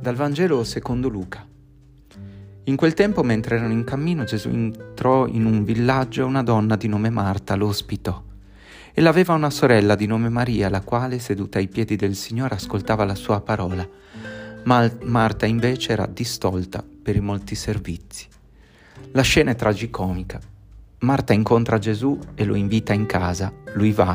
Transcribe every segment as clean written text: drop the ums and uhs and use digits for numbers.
Dal Vangelo secondo Luca. In quel tempo, mentre erano in cammino, Gesù entrò in un villaggio e una donna di nome Marta lo ospitò. Ella aveva una sorella di nome Maria, la quale, seduta ai piedi del Signore, ascoltava la sua parola. Marta invece era distolta per i molti servizi. La scena è tragicomica. Marta incontra Gesù e lo invita in casa. Lui va.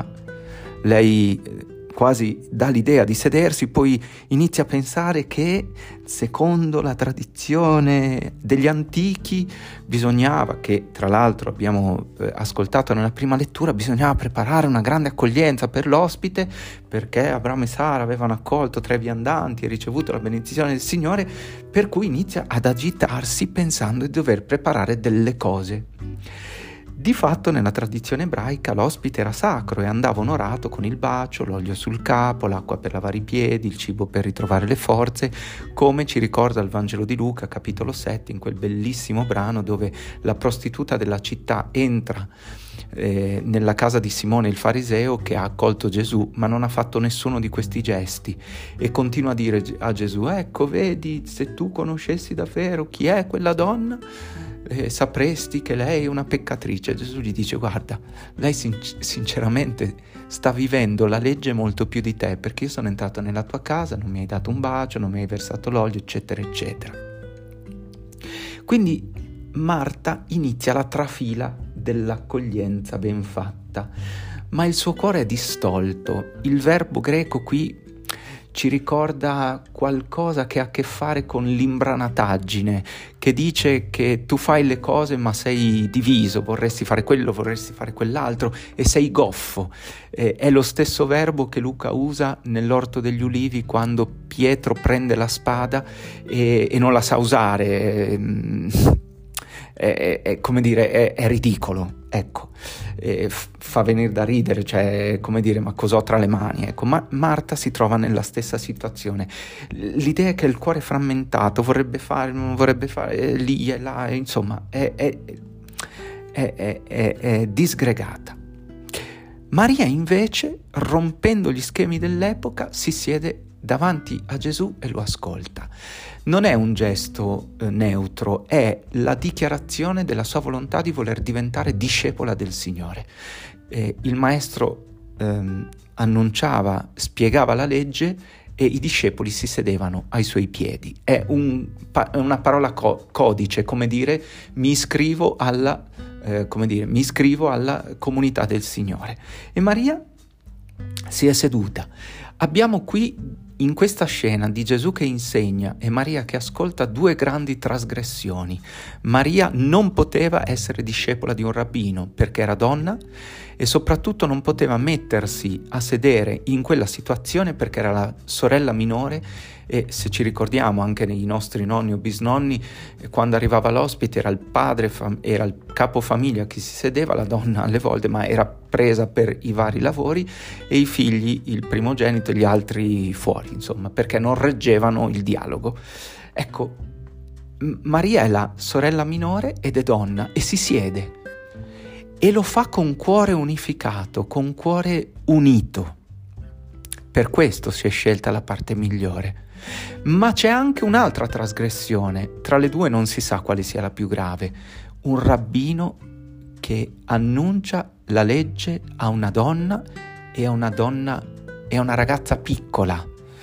Lei quasi dà l'idea di sedersi, poi inizia a pensare che, secondo la tradizione degli antichi, bisognava, che tra l'altro abbiamo ascoltato nella prima lettura, bisognava preparare una grande accoglienza per l'ospite, perché Abramo e Sara avevano accolto 3 viandanti e ricevuto la benedizione del Signore, per cui inizia ad agitarsi pensando di dover preparare delle cose. Di fatto, nella tradizione ebraica, l'ospite era sacro e andava onorato con il bacio, l'olio sul capo, l'acqua per lavare i piedi, il cibo per ritrovare le forze, come ci ricorda il Vangelo di Luca, capitolo 7, in quel bellissimo brano dove la prostituta della città entra nella casa di Simone il fariseo, che ha accolto Gesù, ma non ha fatto nessuno di questi gesti, e continua a dire a Gesù: ecco, vedi, se tu conoscessi davvero chi è quella donna, sapresti che lei è una peccatrice. Gesù gli dice: guarda, lei sinceramente sta vivendo la legge molto più di te, perché io sono entrato nella tua casa, non mi hai dato un bacio, non mi hai versato l'olio, eccetera eccetera. Quindi Marta inizia la trafila dell'accoglienza ben fatta, ma il suo cuore è distolto. Il verbo greco qui ci ricorda qualcosa che ha a che fare con l'imbranataggine, che dice che tu fai le cose ma sei diviso, vorresti fare quello, vorresti fare quell'altro e sei goffo. È lo stesso verbo che Luca usa nell'Orto degli Ulivi quando Pietro prende la spada e non la sa usare. Come dire, è ridicolo, ecco, fa venire da ridere, cioè, come dire, ma cos'ho tra le mani, ecco. Ma Marta si trova nella stessa situazione. L'idea è che il cuore è frammentato, vorrebbe fare, non vorrebbe fare, lì e là, insomma, è disgregata. Maria invece, rompendo gli schemi dell'epoca, si siede davanti a Gesù e lo ascolta. Non è un gesto neutro, è la dichiarazione della sua volontà di voler diventare discepola del Signore. Il maestro annunciava, spiegava la legge e i discepoli si sedevano ai suoi piedi. È una parola codice, come dire, mi iscrivo alla comunità del Signore. E Maria si è seduta. Abbiamo qui, in questa scena di Gesù che insegna e Maria che ascolta, 2 grandi trasgressioni. Maria non poteva essere discepola di un rabbino perché era donna, e soprattutto non poteva mettersi a sedere in quella situazione perché era la sorella minore, e se ci ricordiamo anche nei nostri nonni o bisnonni, quando arrivava l'ospite era il padre, era il capofamiglia che si sedeva, la donna alle volte, ma era presa per i vari lavori, e i figli, il primogenito e gli altri fuori, insomma, perché non reggevano il dialogo. Ecco, Maria è la sorella minore ed è donna e si siede e lo fa con cuore unificato, con cuore unito. Per questo si è scelta la parte migliore. Ma c'è anche un'altra trasgressione, tra le 2 non si sa quale sia la più grave: un rabbino che annuncia la legge a una donna e a una ragazza piccola.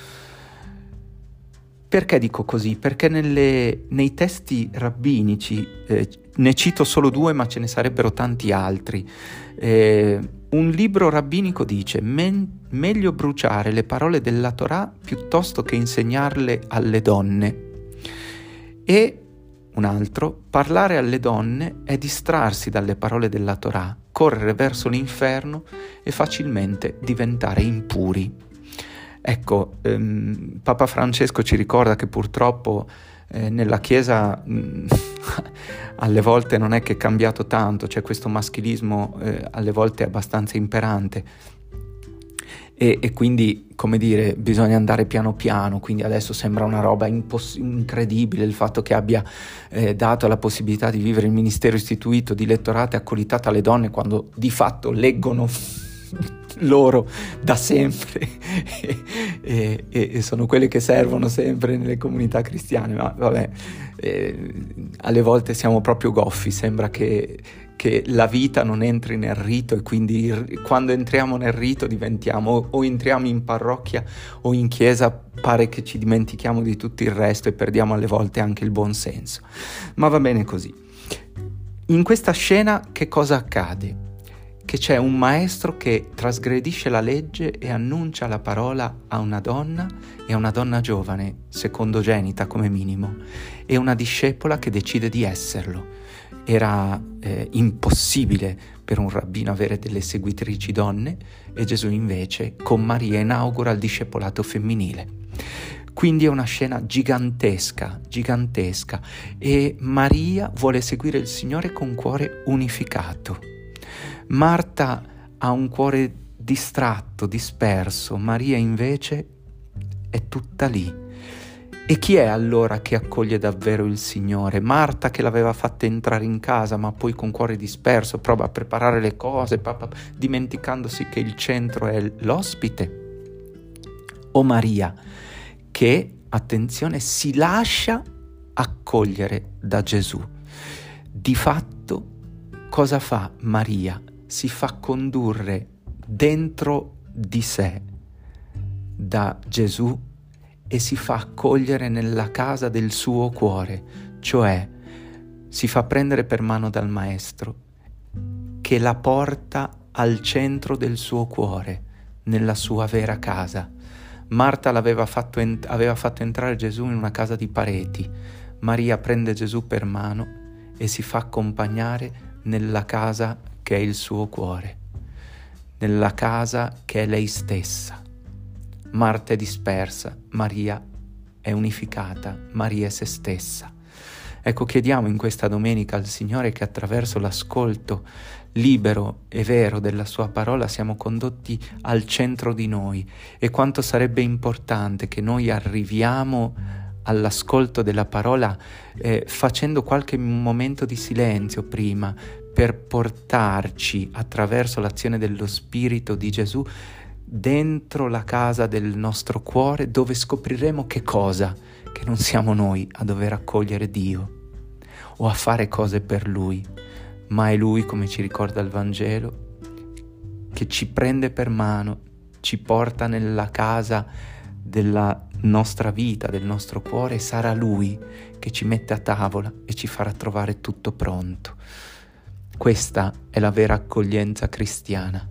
Perché dico così? Perché nei testi rabbinici, ne cito solo 2, ma ce ne sarebbero tanti altri. Un libro rabbinico dice: meglio bruciare le parole della Torah piuttosto che insegnarle alle donne. E un altro: parlare alle donne è distrarsi dalle parole della Torah, correre verso l'inferno e facilmente diventare impuri. Ecco, Papa Francesco ci ricorda che purtroppo nella Chiesa alle volte non è che è cambiato tanto, c'è questo maschilismo alle volte abbastanza imperante, e quindi, come dire, bisogna andare piano piano. Quindi adesso sembra una roba incredibile il fatto che abbia dato la possibilità di vivere il ministero istituito di lettorato e accolitato alle donne, quando di fatto leggono loro da sempre e sono quelle che servono sempre nelle comunità cristiane, ma vabbè, alle volte siamo proprio goffi, sembra che la vita non entri nel rito, e quindi quando entriamo nel rito diventiamo, o entriamo in parrocchia o in chiesa, pare che ci dimentichiamo di tutto il resto e perdiamo alle volte anche il buon senso, ma va bene così. In questa scena che cosa accade? Che c'è un maestro che trasgredisce la legge e annuncia la parola a una donna, e a una donna giovane, secondogenita come minimo, e una discepola che decide di esserlo. Era impossibile per un rabbino avere delle seguitrici donne, e Gesù invece con Maria inaugura il discepolato femminile. Quindi è una scena gigantesca, e Maria vuole seguire il Signore con cuore unificato. Marta ha un cuore distratto, disperso, Maria invece è tutta lì. E chi è allora che accoglie davvero il Signore? Marta, che l'aveva fatta entrare in casa, ma poi con cuore disperso prova a preparare le cose, dimenticandosi che il centro è l'ospite? O Maria, che, attenzione, si lascia accogliere da Gesù? Di fatto, cosa fa Maria? Si fa condurre dentro di sé da Gesù e si fa accogliere nella casa del suo cuore, cioè si fa prendere per mano dal Maestro, che la porta al centro del suo cuore, nella sua vera casa. Marta aveva fatto entrare Gesù in una casa di pareti. Maria prende Gesù per mano e si fa accompagnare nella casa che è il suo cuore, nella casa che è lei stessa. Marta è dispersa, Maria è unificata, Maria è se stessa. Ecco, chiediamo in questa domenica al Signore che attraverso l'ascolto libero e vero della sua parola siamo condotti al centro di noi, e quanto sarebbe importante che noi arriviamo all'ascolto della parola facendo qualche momento di silenzio prima, per portarci attraverso l'azione dello Spirito di Gesù dentro la casa del nostro cuore, dove scopriremo che cosa? Che non siamo noi a dover accogliere Dio o a fare cose per Lui, ma è Lui, come ci ricorda il Vangelo, che ci prende per mano, ci porta nella casa della nostra vita, del nostro cuore, e sarà Lui che ci mette a tavola e ci farà trovare tutto pronto. Questa è la vera accoglienza cristiana,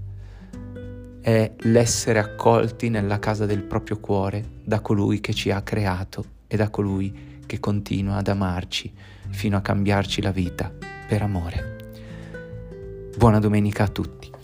è l'essere accolti nella casa del proprio cuore da colui che ci ha creato e da colui che continua ad amarci fino a cambiarci la vita per amore. Buona domenica a tutti.